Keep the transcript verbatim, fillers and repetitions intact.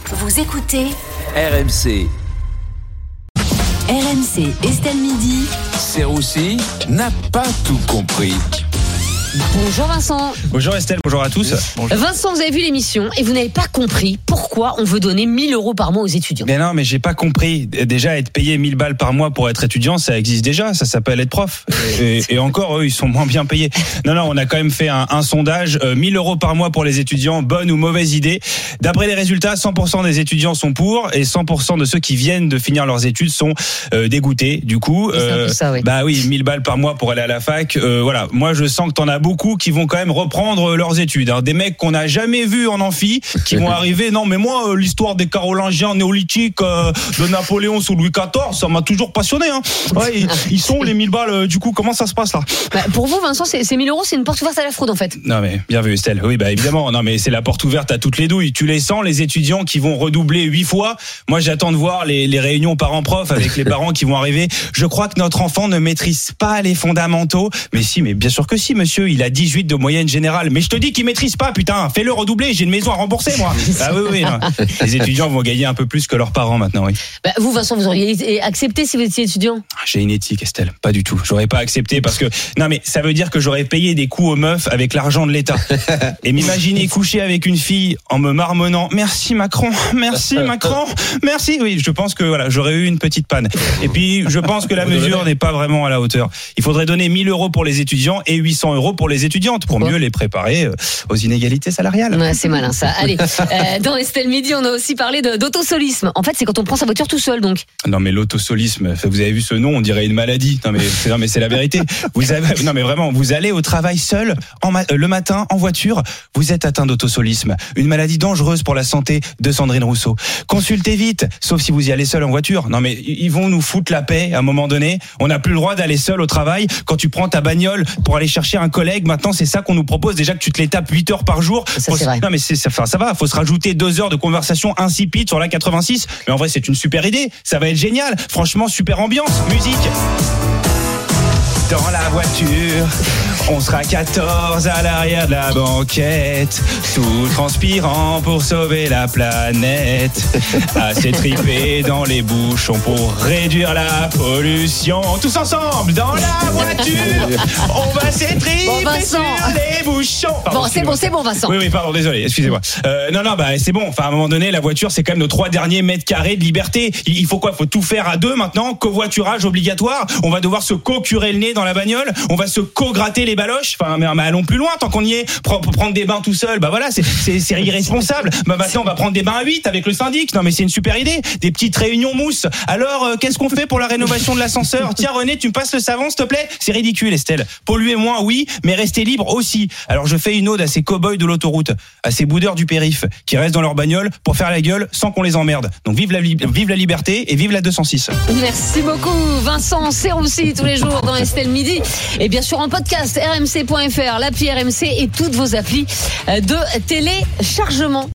Vous écoutez R M C. R M C Estelle Midi. Serroussi n'a pas tout compris. Bonjour Vincent. Bonjour Estelle, bonjour à tous. Bonjour. Vincent, vous avez vu l'émission et vous n'avez pas compris pourquoi on veut donner mille euros par mois aux étudiants. Mais non, mais j'ai pas compris. Déjà, être payé mille balles par mois pour être étudiant, ça existe déjà. Ça s'appelle être prof. Et, et encore, eux, ils sont moins bien payés. Non, non, on a quand même fait un, un sondage. Euh, mille euros par mois pour les étudiants, bonne ou mauvaise idée. D'après les résultats, cent pour cent des étudiants sont pour et cent pour cent de ceux qui viennent de finir leurs études sont euh, dégoûtés. Du coup, c'est un peu ça, oui. bah oui, mille balles par mois pour aller à la fac. Euh, voilà, moi, je sens que t'en as beaucoup qui vont quand même reprendre leurs études. Hein. Des mecs qu'on n'a jamais vus en amphi, qui vont arriver. Non, mais moi, euh, l'histoire des Carolingiens néolithiques, euh, de Napoléon sous Louis quatorze, ça m'a toujours passionné. Hein. Ouais, ils, ils sont les mille balles. Euh, du coup, comment ça se passe là? Bah, pour vous, Vincent, c'est, c'est mille euros, c'est une porte ouverte à la fraude en fait. Non mais bien vu, Estelle. Oui, bah évidemment. Non mais c'est la porte ouverte à toutes les douilles. Tu les sens, les étudiants qui vont redoubler huit fois. Moi, j'attends de voir les, les réunions parents-prof avec les parents qui vont arriver. Je crois que notre enfant ne maîtrise pas les fondamentaux. Mais si, mais bien sûr que si, monsieur. Il a dix-huit de moyenne générale. Mais je te dis qu'il maîtrise pas, putain. Fais-le redoubler. J'ai une maison à rembourser, moi. Ah oui, oui. Non. Les étudiants vont gagner un peu plus que leurs parents maintenant, oui. Bah, vous, Vincent, vous auriez accepté si vous étiez étudiant? J'ai une éthique, Estelle. Pas du tout. J'aurais pas accepté parce que non, mais ça veut dire que j'aurais payé des coups aux meufs avec l'argent de l'État. Et m'imaginer coucher avec une fille en me marmonnant. Merci Macron. Merci Macron. Merci. Oui, je pense que voilà, j'aurais eu une petite panne. Et puis, je pense que la mesure n'est pas vraiment à la hauteur. Il faudrait donner mille euros pour les étudiants et huit cents euros pour les étudiantes pour mieux les préparer aux inégalités salariales. Ouais, c'est malin ça. Allez, euh, dans Estelle Midi, on a aussi parlé de, d'autosolisme. En fait, c'est quand on prend sa voiture tout seul, donc. Non, mais l'autosolisme, vous avez vu ce nom, on dirait une maladie. Non, mais c'est, non, mais c'est la vérité. Vous avez, non, mais vraiment, vous allez au travail seul, en ma, le matin, en voiture, vous êtes atteint d'autosolisme. Une maladie dangereuse pour la santé de Sandrine Rousseau. Consultez vite, sauf si vous y allez seul en voiture. Non, mais ils vont nous foutre la paix à un moment donné. On n'a plus le droit d'aller seul au travail. Quand tu prends ta bagnole pour aller chercher un collègue, maintenant, c'est ça qu'on nous propose. Déjà que tu te les tapes huit heures par jour. Ça, faut, c'est vrai. Non, mais c'est, ça, ça va. Faut se rajouter deux heures de conversation insipide sur la quatre-vingt-six. Mais en vrai, c'est une super idée. Ça va être génial. Franchement, super ambiance. Musique. Dans la voiture, on sera quatorze à l'arrière de la banquette, tout transpirant pour sauver la planète, assez tripé dans les bouchons pour réduire la pollution. Tous ensemble, dans la voiture, on va s'étriper bon, Vincent. sur les bouchons. Pardon, bon, c'est bon, c'est bon, Vincent. Oui, oui, pardon, désolé, excusez-moi. Euh, non, non, bah c'est bon. Enfin, à un moment donné, la voiture, c'est quand même nos trois derniers mètres carrés de liberté. Il faut quoi? Il faut tout faire à deux maintenant. Covoiturage obligatoire. On va devoir se co-curer le nez dans la bagnole, on va se co-gratter les baloches. Enfin, mais, mais allons plus loin, tant qu'on y est. Pour prendre des bains tout seul, bah voilà, c'est, c'est, c'est irresponsable. Bah maintenant, on va prendre des bains à huit avec le syndic. Non, mais c'est une super idée. Des petites réunions mousse. Alors, euh, qu'est-ce qu'on fait pour la rénovation de l'ascenseur? Tiens, René, tu me passes le savon, s'il te plaît? C'est ridicule, Estelle. Polluer moins, oui, mais rester libre aussi. Alors, je fais une ode à ces cow-boys de l'autoroute, à ces boudeurs du périph, qui restent dans leur bagnole pour faire la gueule sans qu'on les emmerde. Donc, vive la, vive la liberté et vive la deux cent six. Merci beaucoup, Vincent Serroussi, tous les jours dans Estelle Midi. Et bien sûr en podcast, r m c point f r, l'appli R M C et toutes vos applis de téléchargement.